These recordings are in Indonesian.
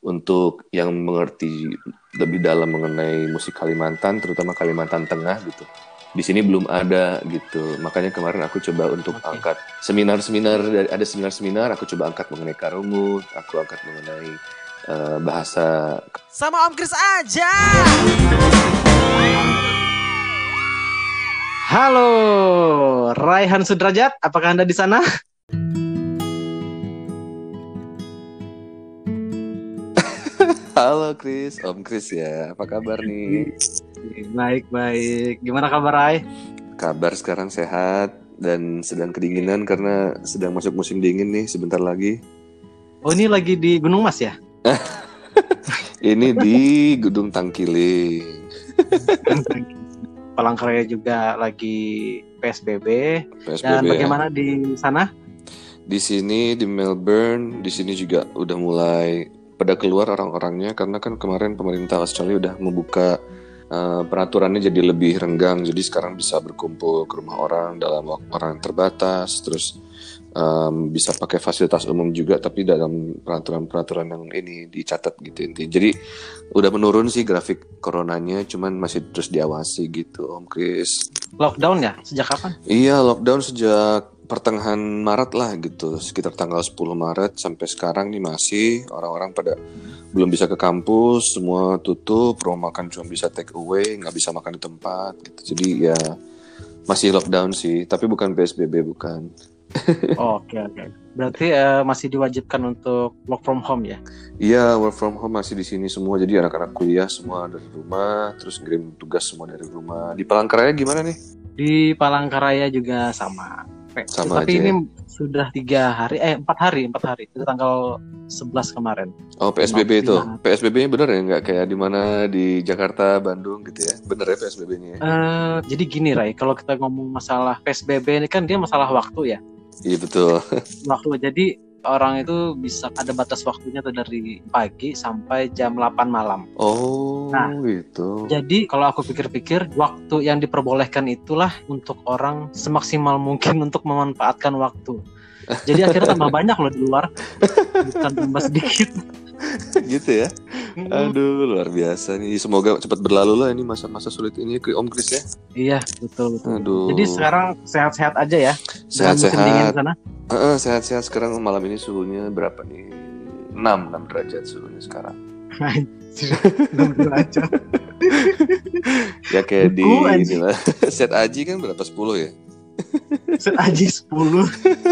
untuk yang mengerti lebih dalam mengenai musik Kalimantan, terutama Kalimantan Tengah gitu. Di sini belum ada gitu. Makanya kemarin aku coba untuk angkat seminar-seminar, ada seminar-seminar, aku coba angkat mengenai karungut, aku angkat mengenai bahasa. Sama Om Kris aja. Halo, Raihan Sudrajat, apakah Anda di sana? Halo Kris, Om Kris ya, apa kabar nih? Baik. Gimana kabar Rai? Kabar sekarang sehat dan sedang kedinginan karena sedang masuk musim dingin nih sebentar lagi. Oh, ini lagi di Gunung Mas ya? Ini di Gedung Tangkiling. Palangkaraya juga lagi PSBB. Dan PSBB bagaimana ya. di sana? Di sini di Melbourne, di sini juga udah mulai pada keluar orang-orangnya karena kan kemarin pemerintah Australia udah membuka peraturannya jadi lebih renggang, jadi sekarang bisa berkumpul ke rumah orang dalam orang terbatas, terus bisa pakai fasilitas umum juga tapi dalam peraturan-peraturan yang ini dicatat gitu intinya. Jadi udah menurun sih grafik coronanya, cuman masih terus diawasi gitu Om Kris. Lockdown ya? Sejak kapan? Iya, lockdown sejak pertengahan Maret lah gitu, sekitar tanggal 10 Maret sampai sekarang nih masih orang-orang pada belum bisa ke kampus, semua tutup, rumah makan cuma bisa take away, nggak bisa makan di tempat gitu. Jadi ya masih lockdown sih, tapi bukan PSBB, bukan. Oke. Berarti masih diwajibkan untuk work from home ya? Iya, work from home masih di sini semua. Jadi anak-anak kuliah semua dari rumah, terus ngirim tugas semua dari rumah. Di Palangkaraya gimana nih? Di Palangkaraya juga sama. Tapi aja ini ya? Sudah 4 hari. Itu tanggal 11 kemarin. Oh, PSBB itu. PSBB-nya bener ya? Nggak kayak di mana di Jakarta, Bandung gitu ya? Bener ya PSBB-nya ya? Jadi gini Rai, kalau kita ngomong masalah PSBB ini kan dia masalah waktu ya. Iya betul. Waktu, jadi orang itu bisa ada batas waktunya tuh dari pagi sampai jam 8 malam. Oh, gitu. Jadi kalau aku pikir-pikir, waktu yang diperbolehkan itulah untuk orang semaksimal mungkin untuk memanfaatkan waktu. Jadi akhirnya tambah banyak loh di luar, bukan tambah sedikit. Gitu ya. Aduh, luar biasa nih. Semoga cepat berlalu lah ini masa-masa sulit ini ke Om Kris ya. Iya, betul. Aduh. Jadi sekarang sehat-sehat aja ya. Sehat-sehat. Sehat-sehat. Sekarang malam ini suhunya berapa nih? 6 derajat suhunya sekarang. 6 derajat. Ya kayak di inilah. Set Aji kan berapa, 10 ya? Set Aji 10.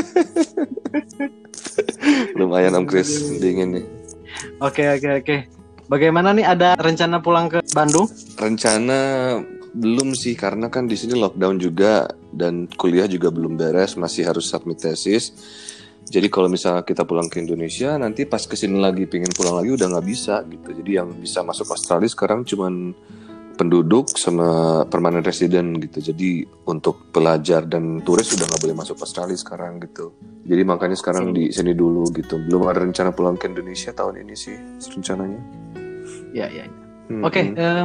Lumayan Om Kris, dingin nih. Oke. Bagaimana nih, ada rencana pulang ke Bandung? Rencana belum sih, karena kan di sini lockdown juga dan kuliah juga belum beres, masih harus submit tesis. Jadi kalau misalnya kita pulang ke Indonesia, nanti pas kesini lagi pengen pulang lagi udah nggak bisa gitu. Jadi yang bisa masuk Australia sekarang cuman penduduk sama permanent resident gitu. Jadi untuk pelajar dan turis sudah nggak boleh masuk Australia sekarang gitu. Jadi makanya sekarang di sini dulu gitu. Belum ada rencana pulang ke Indonesia tahun ini sih rencananya. Ya. Oke.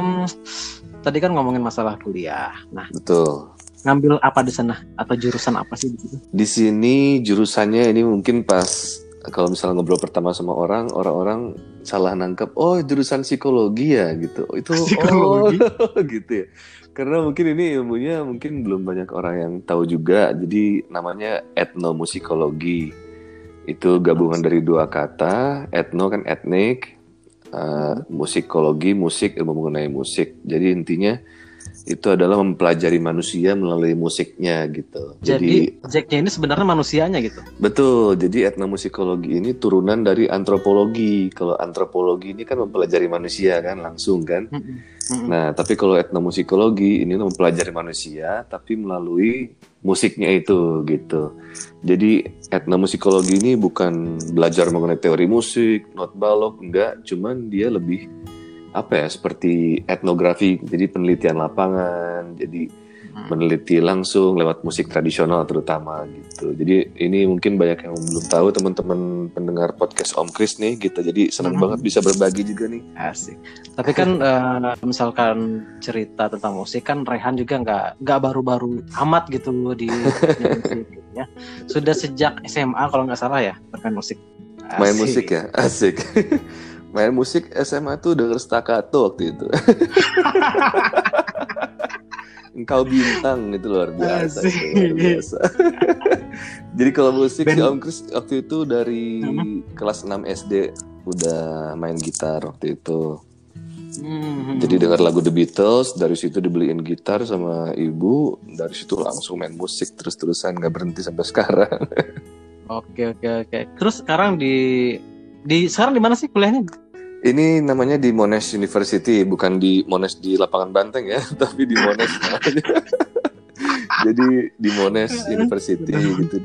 Tadi kan ngomongin masalah kuliah. Nah, betul. Ngambil apa di sana atau jurusan apa sih di situ? Di sini jurusannya ini mungkin pas kalau misalnya ngobrol pertama sama orang-orang salah nangkep, oh jurusan psikologi ya gitu. Itu psikologi gitu ya. Karena mungkin ini ilmunya mungkin belum banyak orang yang tahu juga. Jadi namanya etnomusikologi. Itu gabungan dari 2 kata, etno kan etnik, musikologi, musik, ilmu mengenai musik. Jadi intinya itu adalah mempelajari manusia melalui musiknya gitu. Jadi objeknya ini sebenarnya manusianya gitu. Betul. Jadi etnomusikologi ini turunan dari antropologi. Kalau antropologi ini kan mempelajari manusia kan langsung kan. Nah, tapi kalau etnomusikologi ini mempelajari manusia tapi melalui musiknya itu gitu. Jadi etnomusikologi ini bukan belajar mengenai teori musik, not balok, enggak, cuman dia lebih seperti etnografi, jadi penelitian lapangan, jadi meneliti langsung lewat musik tradisional terutama gitu. Jadi ini mungkin banyak yang belum tahu teman-teman pendengar podcast Om Kris nih gitu. Jadi senang banget bisa berbagi juga nih. Asik. Tapi kan misalkan cerita tentang musik kan Raihan juga nggak baru-baru amat gitu di musik ya. Sudah sejak SMA kalau nggak salah ya bermain musik. Main musik ya, asik. Main musik SMA tuh denger staccato waktu itu. Engkau bintang itu luar biasa. Jadi kalau musik si Om Kris waktu itu dari kelas 6 SD udah main gitar waktu itu. Jadi dengar lagu The Beatles, dari situ dibeliin gitar sama ibu, dari situ langsung main musik terus-terusan, nggak berhenti sampai sekarang. Oke. Terus sekarang sekarang di mana sih kuliahnya? Ini namanya di Monash University, bukan di Monash di lapangan Banteng ya, tapi di Monash namanya. Jadi di Monash University gitu.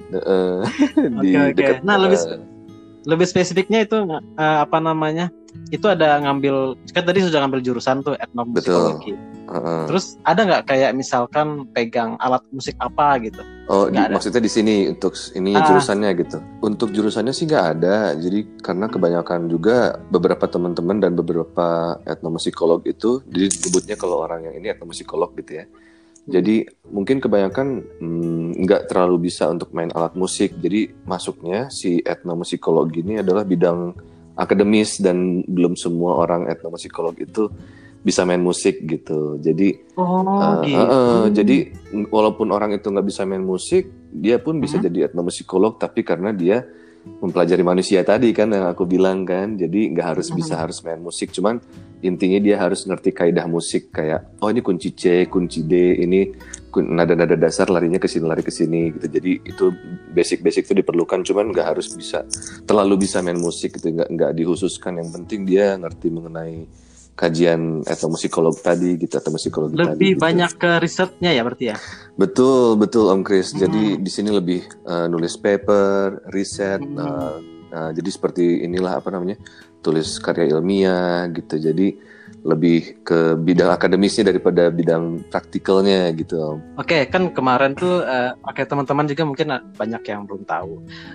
Dekat. Nah, lebih spesifiknya itu apa namanya? Itu ada ngambil, kan tadi sudah ngambil jurusan tuh etnomusikologi. Terus ada nggak kayak misalkan pegang alat musik apa gitu? Maksudnya di sini untuk ini jurusannya gitu. Untuk jurusannya sih nggak ada. Jadi karena kebanyakan juga beberapa teman-teman dan beberapa etnomusikolog itu, jadi disebutnya kalau orang yang ini etnomusikolog gitu ya. Jadi mungkin kebanyakan nggak terlalu bisa untuk main alat musik. Jadi masuknya si etnomusikologi ini adalah bidang akademis dan belum semua orang etnomusikolog itu bisa main musik gitu. Jadi jadi walaupun orang itu nggak bisa main musik, dia pun bisa jadi etnomusikolog, tapi karena dia mempelajari manusia tadi kan yang aku bilang kan. Jadi nggak harus harus main musik, cuman intinya dia harus ngerti kaidah musik kayak ini kunci C, kunci D, ini nada-nada dasar larinya ke sini, lari ke sini gitu. Jadi itu basic itu diperlukan, cuman nggak harus terlalu bisa main musik gitu, nggak dihususkan. Yang penting dia ngerti mengenai kajian etnomusikolog tadi gitu, atau musikologi lebih tadi. Lebih banyak ke risetnya ya berarti ya? Betul Om Kris. Jadi di sini lebih nulis paper, riset. Jadi seperti inilah tulis karya ilmiah gitu. Jadi lebih ke bidang akademisnya daripada bidang praktikalnya gitu Om. Oke, kan kemarin tuh teman-teman juga mungkin banyak yang belum tahu.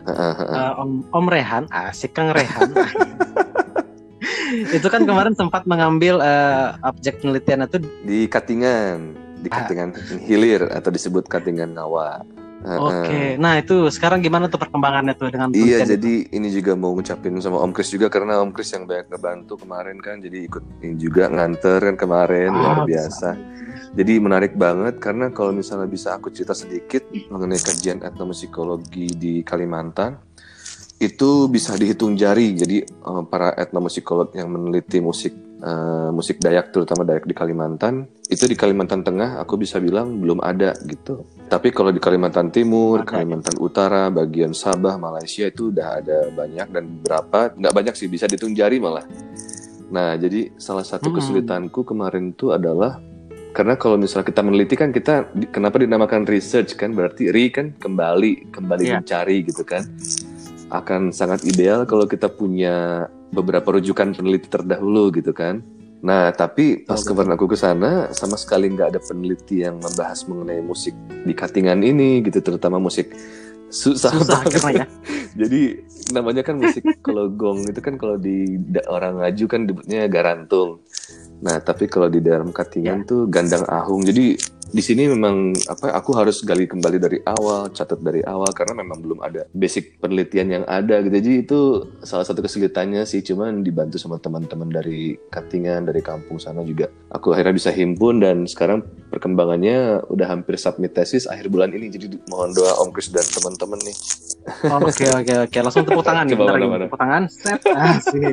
Om Rehan, asik Kang Rehan. Itu kan kemarin sempat mengambil objek penelitian itu di Katingan Hilir atau disebut Katingan Ngawa. Oke. Nah itu sekarang gimana tuh perkembangannya tuh dengan Iya, jadi ini juga mau ngucapin sama Om Kris juga, karena Om Kris yang banyak ngebantu kemarin kan, jadi ikut ini juga nganter kan kemarin, luar biasa. Jadi menarik banget, karena kalau misalnya bisa aku cerita sedikit mengenai kajian etnomusikologi di Kalimantan, itu bisa dihitung jari. Jadi para etnomusikolog yang meneliti musik Dayak, terutama Dayak di Kalimantan, itu di Kalimantan Tengah aku bisa bilang belum ada gitu. Tapi kalau di Kalimantan Timur, Kalimantan Utara, bagian Sabah, Malaysia itu udah ada banyak, dan beberapa nggak banyak sih, bisa dihitung jari malah. Nah, jadi salah satu kesulitanku kemarin itu adalah karena kalau misalnya kita meneliti kan, kita kenapa dinamakan research kan, berarti kan kembali mencari gitu kan. Akan sangat ideal kalau kita punya beberapa rujukan peneliti terdahulu gitu kan. Nah, tapi pas kemarin aku ke sana, sama sekali nggak ada peneliti yang membahas mengenai musik di Katingan ini gitu, terutama musik susah banget. Ya. Jadi namanya kan musik, kalau gong itu kan kalau di orang Ngaju kan disebutnya garantung. Nah, tapi kalau di dalam Katingan tuh gandang ahung. Jadi di sini memang aku harus gali kembali dari awal, catat dari awal, karena memang belum ada basic penelitian yang ada gitu. Jadi itu salah satu kesulitannya sih, cuman dibantu sama teman-teman dari Katingan, dari kampung sana juga. Aku akhirnya bisa himpun, dan sekarang perkembangannya udah hampir submit tesis akhir bulan ini. Jadi mohon doa Om Kris dan teman-teman nih. Oke. Langsung tepuk tangan nih. Tepuk tangan. Set. Asik.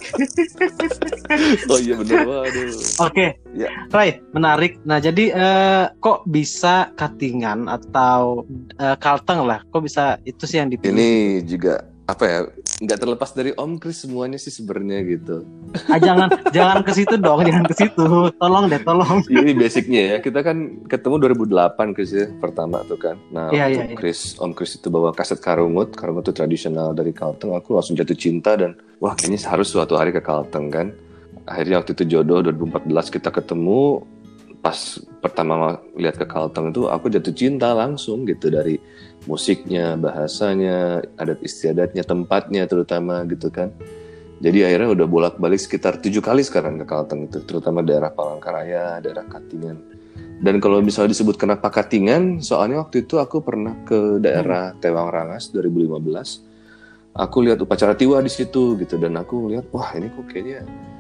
Oh iya benar, waduh. Oke. Ya. Right, menarik. Nah, jadi kok bisa Katingan atau Kalteng lah, kok bisa itu sih yang dipilih? Ini juga nggak terlepas dari Om Kris semuanya sih sebenarnya gitu. Jangan ke situ dong, jangan ke situ. Tolong. Ini basicnya ya. Kita kan ketemu 2008 Kris ya, pertama tuh kan. Nah, Om Kris itu bawa kaset Karungut itu tradisional dari Kalteng. Aku langsung jatuh cinta, dan wah kayaknya harus suatu hari ke Kalteng kan. Akhirnya waktu itu jodoh, 2014 kita ketemu. Pas pertama lihat ke Kalteng itu aku jatuh cinta langsung gitu, dari musiknya, bahasanya, adat istiadatnya, tempatnya terutama gitu kan. Jadi akhirnya udah bolak-balik sekitar 7 kali sekarang ke Kalteng itu, terutama daerah Palangkaraya, daerah Katingan. Dan kalau misalnya disebut kenapa Katingan, soalnya waktu itu aku pernah ke daerah Tewang Rangas 2015. aku lihat upacara Tiwa di situ gitu, dan aku lihat wah ini kok kayaknya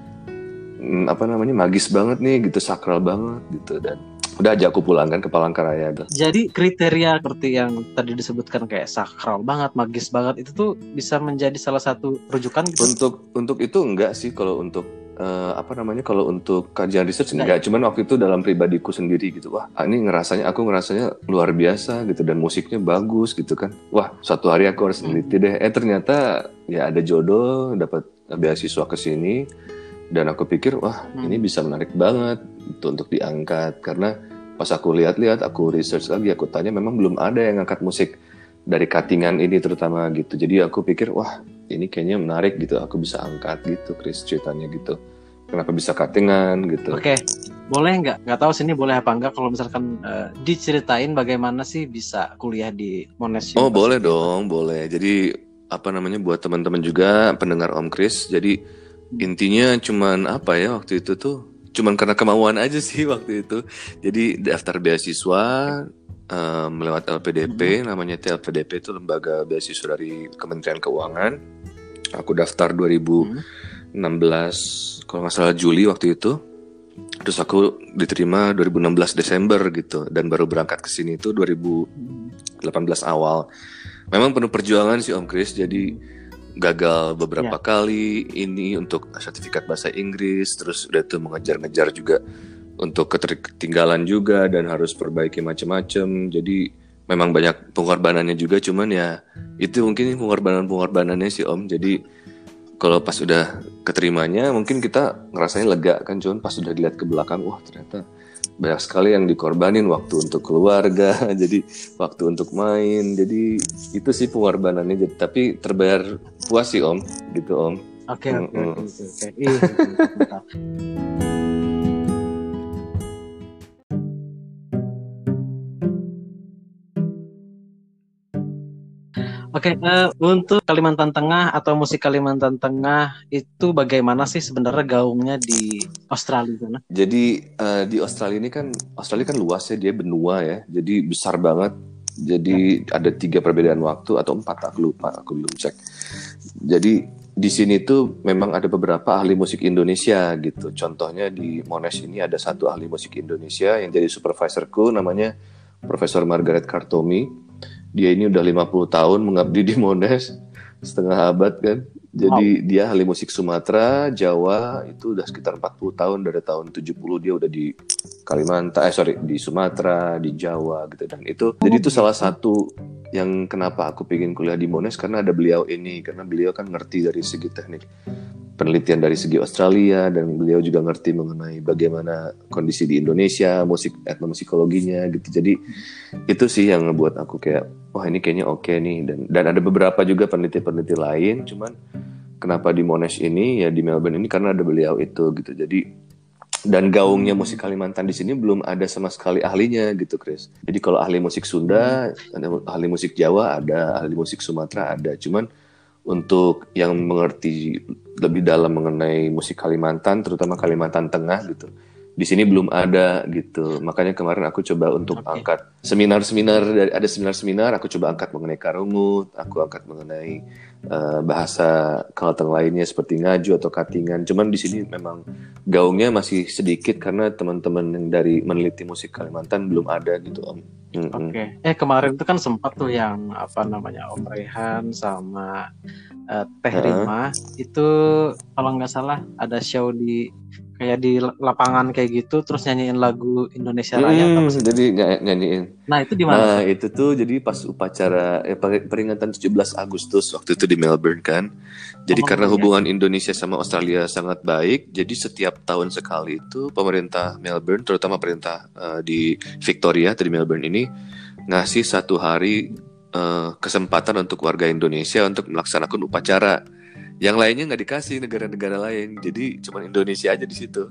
magis banget nih gitu, sakral banget gitu, dan udah aja aku pulangkan ke Palangkaraya. Jadi kriteria seperti yang tadi disebutkan kayak sakral banget, magis banget, itu tuh bisa menjadi salah satu rujukan gitu? Untuk itu enggak sih, kalau untuk kalau untuk kajian research enggak. Cuman waktu itu dalam pribadiku sendiri gitu, wah ini aku ngerasanya luar biasa gitu, dan musiknya bagus gitu kan. Wah suatu hari aku harus meneliti deh. Ternyata ya ada jodoh dapat beasiswa ke sini, dan aku pikir wah ini bisa menarik banget untuk diangkat. Karena pas aku lihat-lihat, aku research lagi, aku tanya, memang belum ada yang ngangkat musik dari Katingan ini terutama gitu. Jadi aku pikir wah ini kayaknya menarik gitu, aku bisa angkat gitu, Chris, ceritanya gitu. Kenapa bisa Katingan gitu? Oke, boleh nggak tahu sini boleh apa enggak kalau misalkan diceritain bagaimana sih bisa kuliah di Monash University? Oh boleh dong, boleh. Jadi buat teman-teman juga pendengar Om Chris. Jadi intinya cuman waktu itu tuh cuman karena kemauan aja sih waktu itu. Jadi daftar beasiswa lewat LPDP, namanya LPDP itu lembaga beasiswa dari Kementerian Keuangan. Aku daftar 2016 kalau nggak salah Juli waktu itu. Terus aku diterima 2016 Desember gitu, dan baru berangkat ke sini itu 2018 awal. Memang penuh perjuangan sih Om Chris, jadi gagal beberapa kali ini untuk sertifikat bahasa Inggris, terus udah tuh mengejar-ngejar juga untuk ketertinggalan juga, dan harus perbaiki macam-macam. Jadi memang banyak pengorbanannya juga, cuman ya itu mungkin pengorbanannya sih Om. Jadi kalau pas udah keterimanya mungkin kita ngerasanya lega kan, cuman pas udah dilihat ke belakang, wah ternyata banyak sekali yang dikorbanin, waktu untuk keluarga, jadi waktu untuk main, jadi itu sih pengorbanannya. Jadi, tapi terbayar puas sih Om, gitu Om. Oke. Oke, untuk Kalimantan Tengah atau musik Kalimantan Tengah itu bagaimana sih sebenarnya gaungnya di Australia sana? Jadi di Australia kan luas ya, dia benua ya, jadi besar banget. Jadi ada 3 perbedaan waktu atau 4, aku lupa, aku belum cek. Jadi di sini tuh memang ada beberapa ahli musik Indonesia gitu. Contohnya di Monash ini ada satu ahli musik Indonesia yang jadi supervisorku, namanya Profesor Margaret Kartomi. Dia ini udah 50 tahun mengabdi di Monash, setengah abad kan. Jadi dia ahli musik Sumatera, Jawa, itu udah sekitar 40 tahun, dari tahun 70 dia udah di Kalimantan, di Sumatera, di Jawa gitu. Dan itu jadi itu salah satu yang kenapa aku pengen kuliah di Monash, karena ada beliau ini, karena beliau kan ngerti dari segi teknik penelitian dari segi Australia, dan beliau juga ngerti mengenai bagaimana kondisi di Indonesia, musik etnomusikologinya gitu. Jadi itu sih yang ngebuat aku kayak wah ini kayaknya oke nih, dan ada beberapa juga peneliti-peneliti lain, cuman kenapa di Monash ini ya, di Melbourne ini, karena ada beliau itu gitu. Jadi dan gaungnya musik Kalimantan di sini belum ada sama sekali ahlinya gitu, Chris. Jadi kalau ahli musik Sunda, ahli musik Jawa ada, ahli musik Sumatera ada, cuman untuk yang mengerti lebih dalam mengenai musik Kalimantan, terutama Kalimantan Tengah gitu, di sini belum ada gitu. Makanya kemarin aku coba untuk angkat seminar-seminar, ada seminar-seminar, aku coba angkat mengenai karungut, aku angkat mengenai bahasa Kalteng lainnya seperti Ngaju atau Katingan. Cuman di sini memang gaungnya masih sedikit karena teman-teman yang dari meneliti musik Kalimantan belum ada gitu Om. Oke. Kemarin itu kan sempat tuh yang Om Rehan sama Teh Rima itu kalau nggak salah ada show di kayak di lapangan kayak gitu, terus nyanyiin lagu Indonesia Raya. Jadi nyanyiin. Nah itu di mana? Nah itu tuh jadi pas upacara peringatan 17 Agustus waktu itu di Melbourne kan. Jadi karena hubungan Indonesia sama Australia sangat baik, jadi setiap tahun sekali itu pemerintah Melbourne, terutama pemerintah di Victoria atau di Melbourne ini, ngasih 1 hari kesempatan untuk warga Indonesia untuk melaksanakan upacara. Yang lainnya nggak dikasih negara-negara lain, jadi cuma Indonesia aja di situ,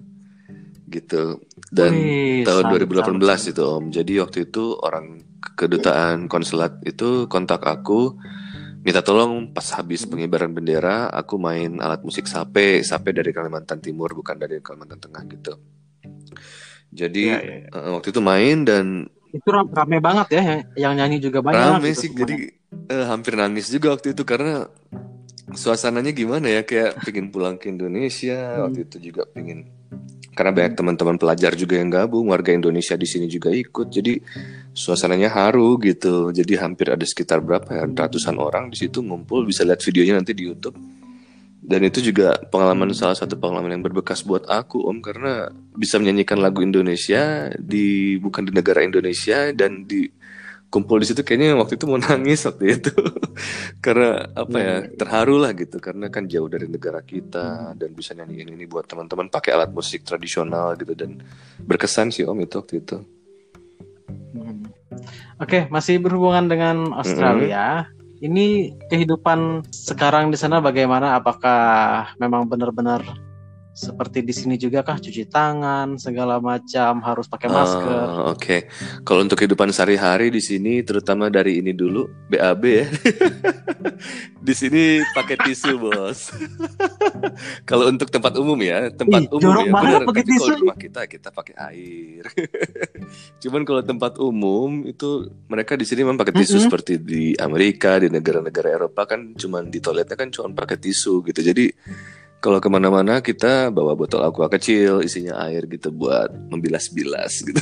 gitu. Dan tahun 2018 itu Om. Jadi waktu itu orang kedutaan konsulat itu kontak aku, minta tolong pas habis pengibaran bendera, aku main alat musik sape dari Kalimantan Timur, bukan dari Kalimantan Tengah gitu. Jadi waktu itu main, dan itu rame banget ya, yang nyanyi juga banyak. Rame sih, jadi hampir nangis juga waktu itu karena suasananya gimana ya, kayak pengen pulang ke Indonesia. Waktu itu juga pengen, karena banyak teman-teman pelajar juga yang gabung, warga Indonesia di sini juga ikut, jadi suasananya haru gitu. Jadi hampir ada sekitar berapa ya, ratusan orang di situ ngumpul, bisa lihat videonya nanti di YouTube. Dan itu juga pengalaman, salah satu pengalaman yang berbekas buat aku Om, karena bisa menyanyikan lagu Indonesia bukan di negara Indonesia, dan di kumpul di situ kayaknya waktu itu mau nangis waktu itu. Karena apa ya, terharu lah gitu, karena kan jauh dari negara kita dan bisa nyanyiin ini buat teman-teman pakai alat musik tradisional gitu, dan berkesan sih Om itu waktu itu. Oke, masih berhubungan dengan Australia. Ini kehidupan sekarang di sana bagaimana? Apakah memang benar-benar seperti di sini juga kah, cuci tangan segala macam, harus pakai masker? Oke. Kalau untuk kehidupan sehari-hari di sini, terutama dari ini dulu, BAB ya. Di sini pakai tisu bos. Kalau untuk tempat umum ya, jorok ya benar. Tapi kalau di rumah kita pakai air. Cuman kalau tempat umum itu mereka di sini memang pakai tisu, seperti di Amerika, di negara-negara Eropa kan cuman di toiletnya kan cuma pakai tisu gitu. Jadi kalau kemana-mana kita bawa botol aqua kecil isinya air gitu buat membilas-bilas gitu.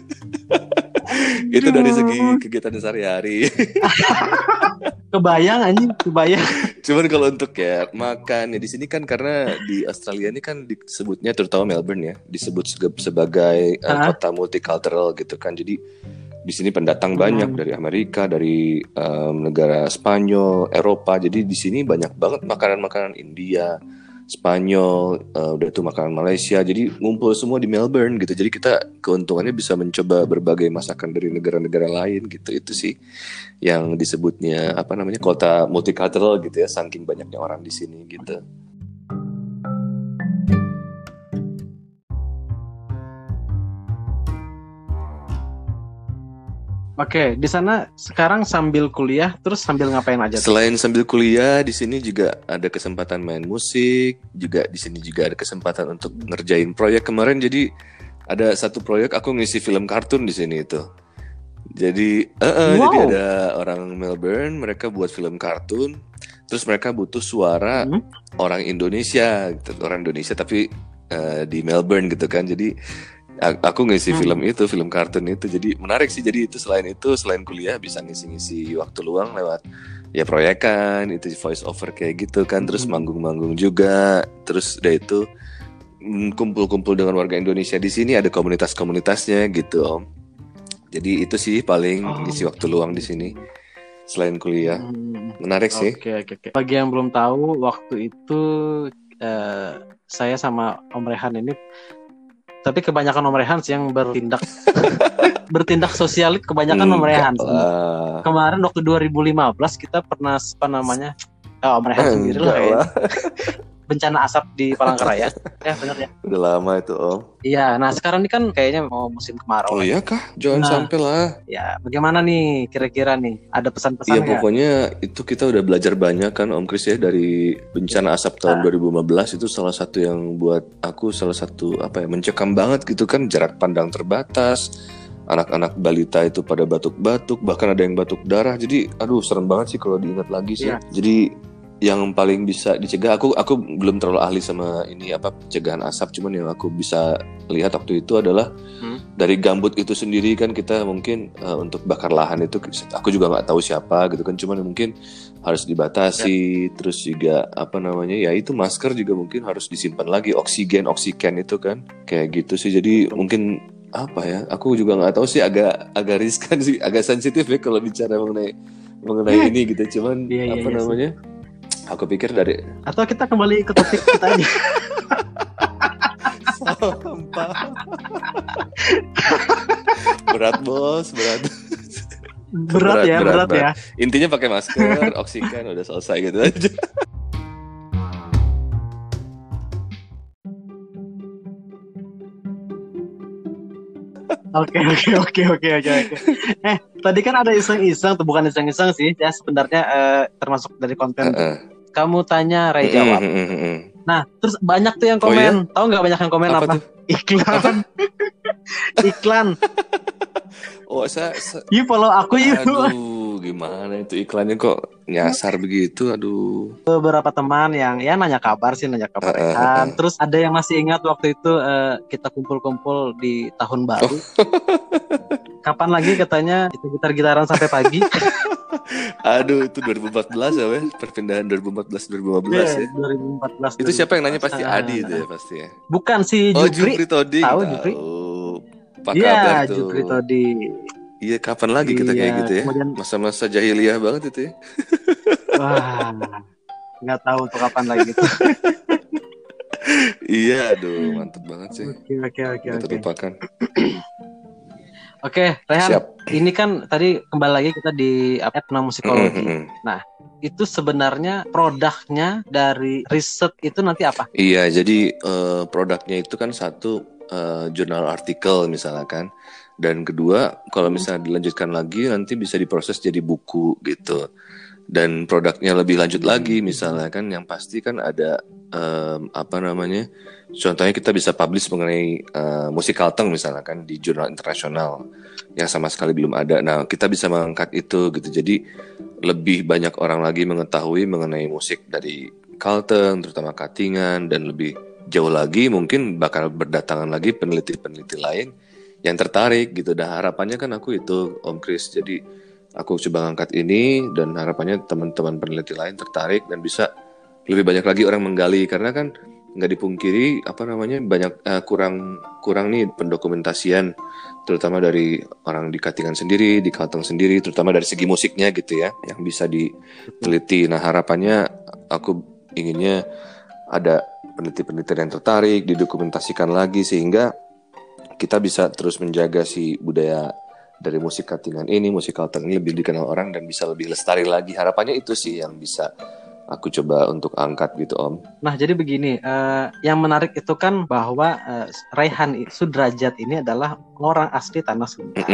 Itu dari segi kegiatan sehari-hari. Kebayang anjing, kebayang. Cuman kalau untuk ya makan ya di sini kan, karena di Australia ini kan disebutnya, terutama Melbourne ya, disebut sebagai kota multicultural gitu kan. Jadi di sini pendatang banyak dari Amerika, dari negara Spanyol, Eropa. Jadi di sini banyak banget makanan-makanan India, Spanyol, udah tuh makanan Malaysia. Jadi ngumpul semua di Melbourne gitu. Jadi kita keuntungannya bisa mencoba berbagai masakan dari negara-negara lain gitu. Itu sih yang disebutnya kota multicultural gitu ya, saking banyaknya orang di sini gitu. Oke, di sana sekarang sambil kuliah, terus sambil ngapain aja? Selain sambil kuliah, di sini juga ada kesempatan main musik, juga di sini juga ada kesempatan untuk ngerjain proyek kemarin. Jadi ada satu proyek aku ngisi film kartun di sini itu. Jadi, jadi ada orang Melbourne, mereka buat film kartun, terus mereka butuh suara orang Indonesia, gitu, orang Indonesia tapi di Melbourne gitu kan. Jadi aku ngisi film kartun itu, jadi menarik sih. Jadi itu selain kuliah bisa ngisi waktu luang lewat ya proyekan, itu voice over kayak gitu kan, terus manggung-manggung juga, terus udah itu kumpul-kumpul dengan warga Indonesia di sini, ada komunitas-komunitasnya gitu Om. Jadi itu sih paling ngisi waktu luang di sini selain kuliah. Menarik sih. Oke. Bagi yang belum tahu, waktu itu saya sama Om Rehan ini, tapi kebanyakan Om Rehan sih yang bertindak sosial, kebanyakan Om Rehan. Kemarin waktu 2015 kita pernah Om Rehan sendiri lah ya. Bencana asap di Palangkaraya. Ya benar ya. Udah lama itu Om. Iya, nah sekarang ini kan kayaknya mau musim kemarau. Oh iya kah? Jangan sampai lah. Ya, bagaimana nih kira-kira nih? Ada pesan-pesan ya pokoknya itu kita udah belajar banyak kan Om Kris ya, dari bencana asap tahun 2015 itu salah satu yang buat aku mencekam banget gitu kan, jarak pandang terbatas. Anak-anak balita itu pada batuk-batuk, bahkan ada yang batuk darah. Jadi serem banget sih kalau diingat lagi sih. Jadi yang paling bisa dicegah, aku belum terlalu ahli sama ini pencegahan asap, cuman yang aku bisa lihat waktu itu adalah dari gambut itu sendiri kan, kita mungkin untuk bakar lahan itu aku juga nggak tahu siapa gitu kan, cuman mungkin harus dibatasi. Terus juga ya itu masker juga mungkin harus disimpan lagi, oksigen itu kan kayak gitu sih. Jadi mungkin aku juga nggak tahu sih, agak riskan sih, agak sensitif ya kalau bicara mengenai ini gitu. Cuman aku pikir dari, atau kita kembali ke topik kita aja. Sampah. Berat bos, berat ya. Intinya pakai masker, oksigen, udah selesai gitu aja. Oke. Tadi kan ada iseng-iseng, tuh bukan iseng-iseng sih, ya sebenarnya termasuk dari konten. Kamu tanya, Ray jawab. Nah, terus banyak tuh yang komen. Tahu nggak banyak yang komen apa? Iklan. Iklan. Oh, saya You follow aku yuk. Aduh, gimana itu iklannya kok nyasar begitu, aduh. Beberapa teman yang ya nanya kabar Rehan. Terus ada yang masih ingat waktu itu kita kumpul-kumpul di tahun baru. Kapan lagi katanya kita gitar-gitaran sampai pagi. Aduh, itu 2014 ya, perpindahan 2014-2015 ya. 2014. Itu siapa yang nanya? Pasti Adi itu ya pasti ya. Bukan si Jupri. Jupri Toding. Tahu Jupri? Apa kabar tuh? Jupri Toding. Iya, kapan lagi kita kayak gitu ya? Kemudian, masa-masa jahiliyah banget itu ya. Wah, nggak tahu tuh kapan lagi itu. Iya, aduh, mantep banget sih. Oke. Terlupakan. Oke, Rehan. Siap. Ini kan tadi kembali lagi kita di etnomusikologi. Nah, itu sebenarnya produknya dari riset itu nanti apa? Iya, jadi produknya itu kan satu jurnal artikel misalkan, dan kedua kalau misalnya dilanjutkan lagi nanti bisa diproses jadi buku gitu. Dan produknya lebih lanjut lagi misalnya kan, yang pasti kan ada contohnya kita bisa publish mengenai musik Kalteng misalnya kan di jurnal internasional yang sama sekali belum ada. Nah, kita bisa mengangkat itu gitu. Jadi lebih banyak orang lagi mengetahui mengenai musik dari Kalteng, terutama Katingan, dan lebih jauh lagi mungkin bakal berdatangan lagi peneliti-peneliti lain yang tertarik gitu. Dan harapannya kan aku itu Om Chris. Jadi aku coba ngangkat ini dan harapannya teman-teman peneliti lain tertarik dan bisa lebih banyak lagi orang menggali, karena kan nggak dipungkiri banyak kurang nih pendokumentasian, terutama dari orang di Katingan sendiri, di Kalteng sendiri, terutama dari segi musiknya gitu ya, yang bisa diteliti. Nah, harapannya aku inginnya ada peneliti-peneliti yang tertarik, didokumentasikan lagi sehingga kita bisa terus menjaga si budaya dari musik Katingan ini, musik Kalteng ini lebih dikenal orang dan bisa lebih lestari lagi. Harapannya itu sih yang bisa aku coba untuk angkat gitu Om. Nah, jadi begini, yang menarik itu kan bahwa Rehan Sudrajat ini adalah orang asli Tanah Sunda.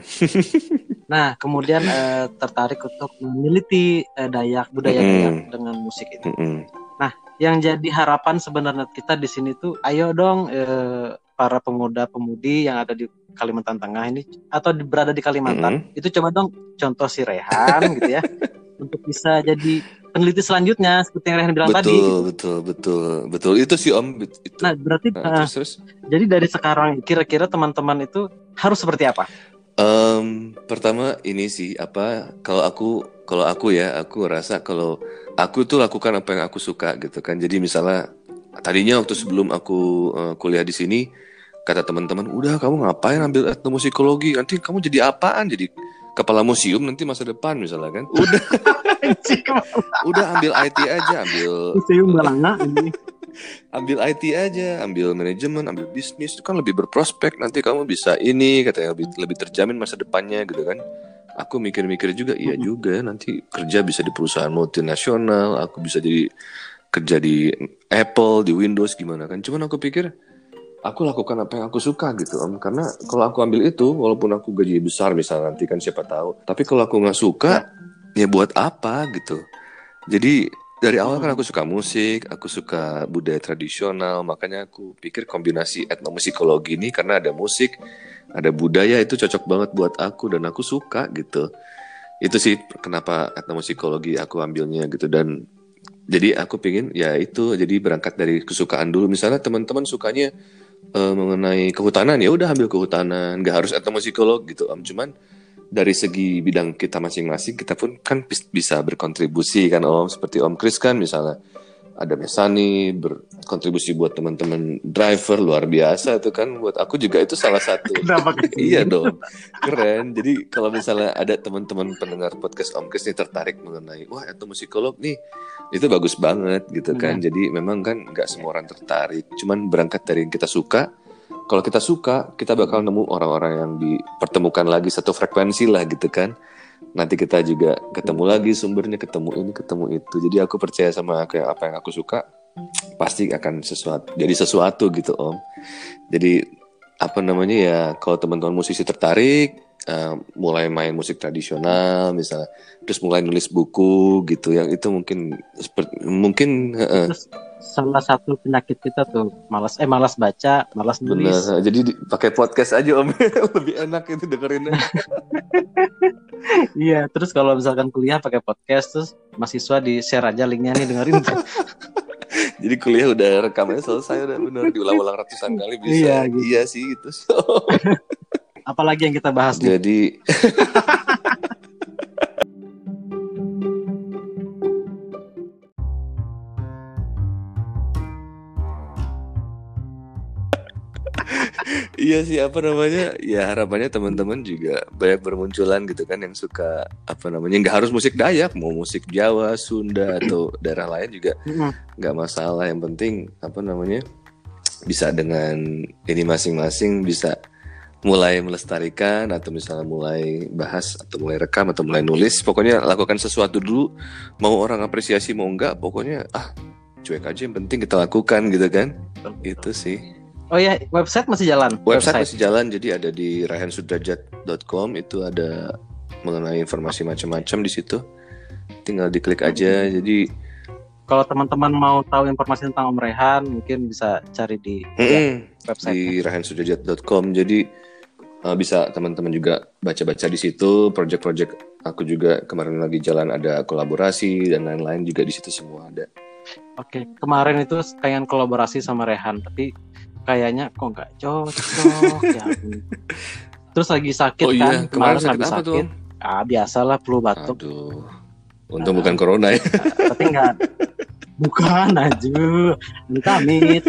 Nah, kemudian tertarik untuk meneliti budaya Dayak dengan musik itu. Nah, yang jadi harapan sebenarnya kita di sini tuh, ayo dong para pemuda-pemudi yang ada di Kalimantan Tengah ini atau berada di Kalimantan, itu coba dong contoh si Rehan gitu ya, untuk bisa jadi peneliti selanjutnya seperti yang Rehan bilang tadi. Betul. Itu sih Om. Itu. Nah, berarti terus. Jadi dari sekarang kira-kira teman-teman itu harus seperti apa? Pertama ini sih kalau aku rasa kalau aku tuh lakukan apa yang aku suka gitu kan. Jadi misalnya tadinya waktu sebelum aku kuliah di sini, kata teman-teman, udah kamu ngapain ambil etnomusikologi, nanti kamu jadi apaan, jadi kepala museum nanti masa depan misalnya kan. Udah ambil IT aja, ambil IT aja, ambil manajemen, ambil bisnis, itu kan lebih berprospek, nanti kamu bisa ini, katanya lebih terjamin masa depannya gitu kan. Aku mikir-mikir juga, iya juga, nanti kerja bisa di perusahaan multinasional, aku bisa kerja di Apple, di Windows gimana kan. Cuman aku pikir aku lakukan apa yang aku suka gitu Om, karena kalau aku ambil itu walaupun aku gaji besar misalnya nanti kan siapa tahu, tapi kalau aku nggak suka ya buat apa gitu. Jadi dari awal kan aku suka musik, aku suka budaya tradisional, makanya aku pikir kombinasi etnomusikologi ini karena ada musik, ada budaya, itu cocok banget buat aku dan aku suka gitu. Itu sih kenapa etnomusikologi aku ambilnya gitu. Dan jadi aku pingin ya itu, jadi berangkat dari kesukaan dulu. Misalnya teman-teman sukanya mengenai kehutanan, ya udah ambil kehutanan, nggak harus etnomusikolog gitu Om. Cuman dari segi bidang kita masing-masing, kita pun kan bisa berkontribusi kan Om. Seperti Om Chris kan misalnya ada Mesani berkontribusi buat teman-teman driver, luar biasa itu kan. Buat aku juga itu salah satu. Iya dong, keren. Jadi kalau misalnya ada teman-teman pendengar podcast Om Chris nih tertarik mengenai wah etnomusikolog nih, itu bagus banget gitu kan. Jadi memang kan nggak semua orang tertarik, cuman berangkat dari yang kita suka. Kalau kita suka, kita bakal nemu orang-orang yang dipertemukan lagi satu frekuensi lah gitu kan. Nanti kita juga ketemu lagi sumbernya, ketemu ini, ketemu itu. Jadi aku percaya sama kayak apa yang aku suka, pasti akan jadi sesuatu gitu Om. Jadi ya, kalau teman-teman musisi tertarik, mulai main musik tradisional misalnya, terus mulai nulis buku gitu, yang itu mungkin salah satu penyakit kita tuh malas baca, malas nulis. Bener, jadi pakai podcast aja Om. Lebih enak itu dengerinnya. Iya, terus kalau misalkan kuliah pakai podcast, terus mahasiswa di share aja linknya nih, dengerin. Jadi kuliah udah rekamannya selesai, udah bener diulang-ulang ratusan kali bisa. Iya, gitu. Iya sih gitu. Apalagi yang kita bahas nih? Jadi iya sih, apa namanya, ya harapannya teman-teman juga banyak bermunculan gitu kan yang suka apa namanya, nggak harus musik Dayak, mau musik Jawa, Sunda atau daerah lain juga nggak masalah. Yang penting apa namanya, bisa dengan ini masing-masing bisa mulai melestarikan atau misalnya mulai bahas atau mulai rekam atau mulai nulis. Pokoknya lakukan sesuatu dulu, mau orang apresiasi mau enggak, pokoknya cuek aja, yang penting kita lakukan gitu kan. Itu sih. Oh ya, website masih jalan? Website masih jalan, jadi ada di raihansudrajat.com, itu ada mengenai informasi macam-macam di situ. Tinggal diklik aja. Jadi kalau teman-teman mau tahu informasi tentang Om Rehan, mungkin bisa cari di website di raihansudrajat.com. Jadi bisa teman-teman juga baca-baca di situ. Project-project aku juga kemarin lagi jalan, ada kolaborasi dan lain-lain juga di situ semua ada. Oke, kemarin itu pengen kolaborasi sama Rehan, tapi kayaknya kok nggak cocok ya. Terus lagi sakit kan, kemarin lagi sakit. Biasalah flu batuk. Aduh, untung bukan corona ya. Tapi nggak, bukan aja, amit.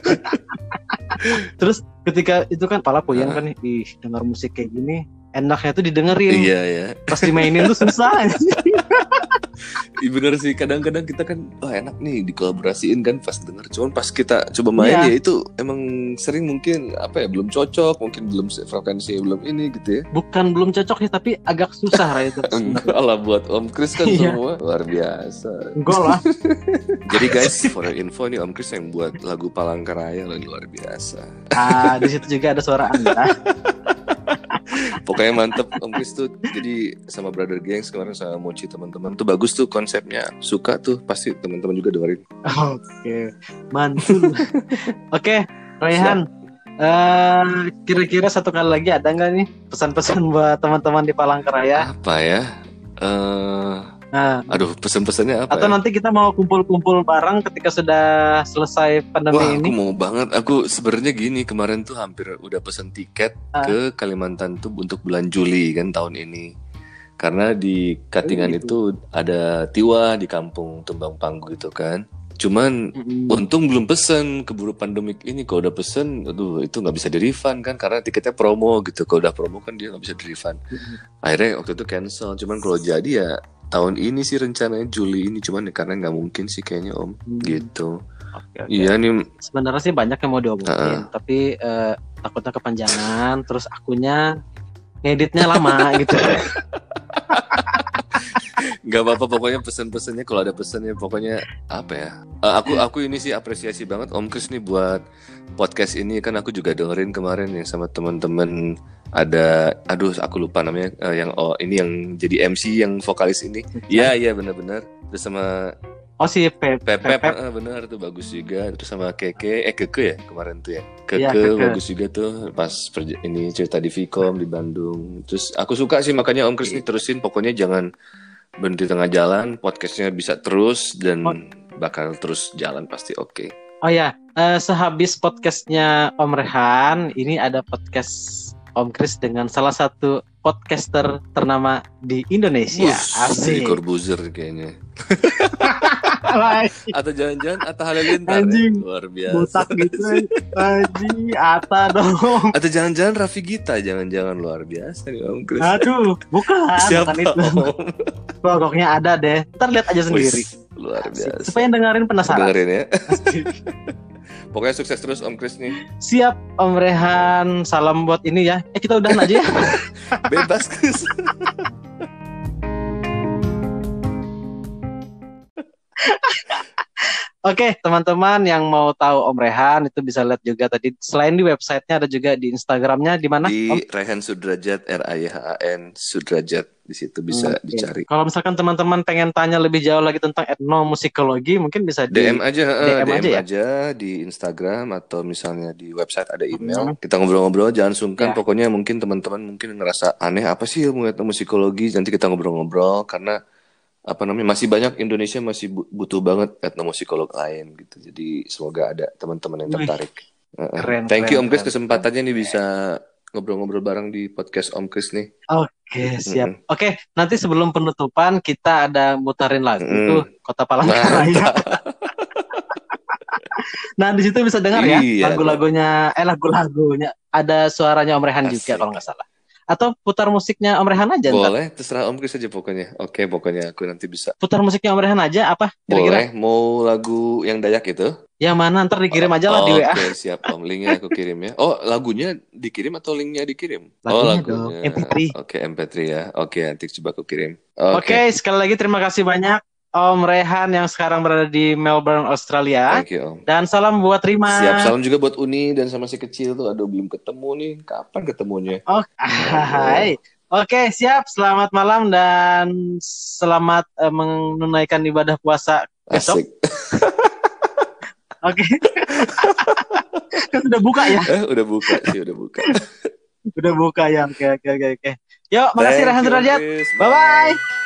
Terus ketika itu kan kepala puyeng kan nih, dengar musik kayak gini, enaknya tuh didengerin. Iya ya. Pas dimainin tuh susah. Iya bener sih, kadang-kadang kita kan enak nih dikolaborasiin kan pas denger, cuman pas kita coba main ya itu emang sering mungkin apa ya, belum cocok, mungkin belum frekuensi, belum ini gitu ya. Bukan belum cocok sih, tapi agak susah itu. Enggak lah, buat Om Kris kan semua luar biasa. Enggak lah. Jadi guys, for your info nih, Om Kris yang buat lagu Palangkaraya luar biasa. Di situ juga ada suara Anda. Pokoknya mantep Om Kris tuh. Jadi sama Brother Gangs kemarin sama Mochi teman-teman tuh bagus tuh konsepnya, suka tuh, pasti teman-teman juga dengerin. Oke, mantul. Oke, Raihan, kira-kira satu kali lagi ada nggak nih pesan-pesan buat teman-teman di Palangkaraya? Apa ya? Aduh, pesan-pesannya apa? Atau nanti kita mau kumpul-kumpul bareng ketika sudah selesai pandemi ini? Wah, aku mau banget. Aku sebenarnya gini, kemarin tuh hampir udah pesen tiket ke Kalimantan tuh untuk bulan Juli kan tahun ini. Karena di Katingan itu ada Tiwa di kampung Tumbang Panggu gitu kan. Cuman untung belum pesen, keburu pandemik ini. Kalau udah pesen, aduh itu nggak bisa di-refund kan, karena tiketnya promo gitu. Kalau udah promo kan dia nggak bisa di-refund. Akhirnya waktu itu cancel. Cuman kalau jadi ya tahun ini sih rencananya Juli ini. Cuman ya karena nggak mungkin sih kayaknya Om gitu. Okay. Iya nih. Sebenarnya sih banyak yang mau diomongin, tapi takutnya kepanjangan. Terus akunya ngeditnya lama gitu. Gak apa-apa, pokoknya pesan-pesannya kalau ada pesannya pokoknya apa ya, aku ini sih apresiasi banget Om Kris nih buat podcast ini kan. Aku juga dengerin kemarin yang sama teman-teman, ada aku lupa namanya, ini yang jadi MC yang vokalis ini. Iya benar-benar. Terus sama si Pep. Benar tuh bagus juga. Terus sama Keke ya kemarin tuh ya. Keke bagus juga tuh pas ini cerita di Vcom di Bandung. Terus aku suka sih, makanya Om Kris nih terusin, pokoknya jangan berhenti tengah jalan, podcastnya bisa terus dan bakal terus jalan pasti oke. Oh ya, sehabis podcastnya Om Rehan, ini ada podcast Om Kris dengan salah satu podcaster ternama di Indonesia. Asik. Jadi Corbuzier kayaknya. Atau jangan-jangan Atta Halilintar ya? Luar biasa. Botak gitu Atta dong. Atau jangan-jangan Raffi Gita, jangan-jangan luar biasa nih Om Kris. Aduh, bukan. Siapa bukan itu. Pokoknya ada deh. Ntar lihat aja sendiri. Luar biasa. Supaya dengerin penasaran. Dengerin ya. Pokoknya sukses terus Om Kris nih. Siap Om Rehan, salam buat ini ya. Kita udahan aja ya. Bebas Kris. Oke, teman-teman yang mau tahu Om Rehan itu bisa lihat juga tadi. Selain di websitenya ada juga di Instagramnya di mana? Di Rehan Sudrajat, RAYHAN Sudrajat, di situ bisa dicari. Kalau misalkan teman-teman pengen tanya lebih jauh lagi tentang etnomusikologi, mungkin bisa di DM aja ya? di Instagram atau misalnya di website ada email. Kita ngobrol-ngobrol, jangan sungkan. Pokoknya mungkin teman-teman mungkin ngerasa aneh apa sih ilmu etnomusikologi. Nanti kita ngobrol-ngobrol karena masih banyak Indonesia masih butuh banget etnomusikolog lain gitu. Jadi semoga ada teman-teman yang tertarik. Thank you Om Kris kesempatannya nih bisa ngobrol-ngobrol bareng di podcast Om Kris nih. Oke, siap. Oke, nanti sebelum penutupan kita ada mutarin lagu tuh Kota Palangkaraya. Nah, di situ bisa dengar ya lagu-lagunya ada suaranya Om Rehan juga kalau nggak salah. Atau putar musiknya Om Rehan aja ntar. Boleh, terserah Om Kris aja pokoknya. Oke, pokoknya aku nanti bisa. Putar musiknya Om Rehan aja apa? Kira-kira? Boleh, mau lagu yang Dayak itu? Yang mana ntar dikirim aja lah di WA. Oke, siap Om. Linknya aku kirim ya. Oh, lagunya dikirim atau linknya dikirim? Lagunya dong, MP3. Oke, MP3 ya. Oke, nanti coba aku kirim. Oke, sekali lagi terima kasih banyak Om Rehan yang sekarang berada di Melbourne, Australia. Thank you, Om. Dan salam buat Rima. Siap, salam juga buat Uni dan sama si kecil tuh. Aduh, belum ketemu nih. Kapan ketemunya? Hai. Oke, siap. Selamat malam dan selamat menunaikan ibadah puasa besok. Asik. Oke. Kan udah buka ya? Udah buka sih, udah buka. Udah buka ya. Oke. Yuk, makasih Rehan Sudrajat. Bye-bye.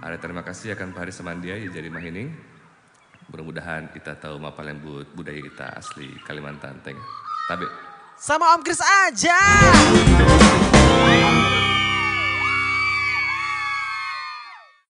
Ada terima kasih akan Pak Haris Samandia yang jadi mahining. Mudah-mudahan kita tahu mapal lembut budaya kita asli Kalimantan Tengah. Tabe. Sama Om Kris aja.